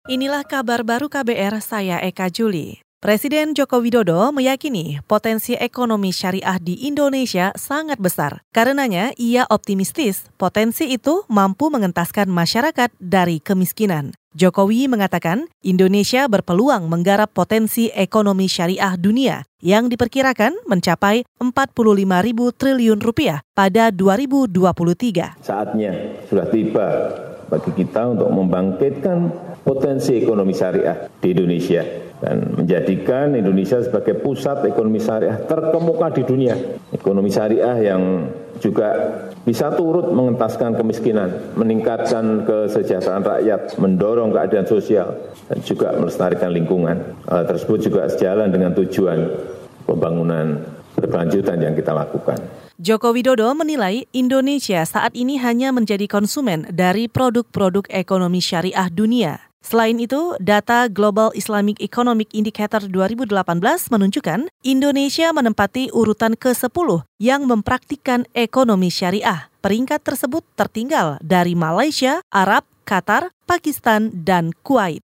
Inilah kabar baru KBR, saya Eka Juli. Presiden Joko Widodo meyakini potensi ekonomi syariah di Indonesia sangat besar. Karenanya, ia optimistis potensi itu mampu mengentaskan masyarakat dari kemiskinan. Jokowi mengatakan Indonesia berpeluang menggarap potensi ekonomi syariah dunia yang diperkirakan mencapai 45.000 triliun rupiah pada 2023. Saatnya sudah tiba bagi kita untuk membangkitkan potensi ekonomi syariah di Indonesia dan menjadikan Indonesia sebagai pusat ekonomi syariah terkemuka di dunia. Ekonomi syariah yang juga bisa turut mengentaskan kemiskinan, meningkatkan kesejahteraan rakyat, mendorong keadilan sosial, dan juga melestarikan lingkungan. Hal tersebut juga sejalan dengan tujuan pembangunan berkelanjutan yang kita lakukan. Joko Widodo menilai Indonesia saat ini hanya menjadi konsumen dari produk-produk ekonomi syariah dunia. Selain itu, data Global Islamic Economic Indicator 2018 menunjukkan Indonesia menempati urutan ke-10 yang mempraktikkan ekonomi syariah. Peringkat tersebut tertinggal dari Malaysia, Arab, Qatar, Pakistan, dan Kuwait.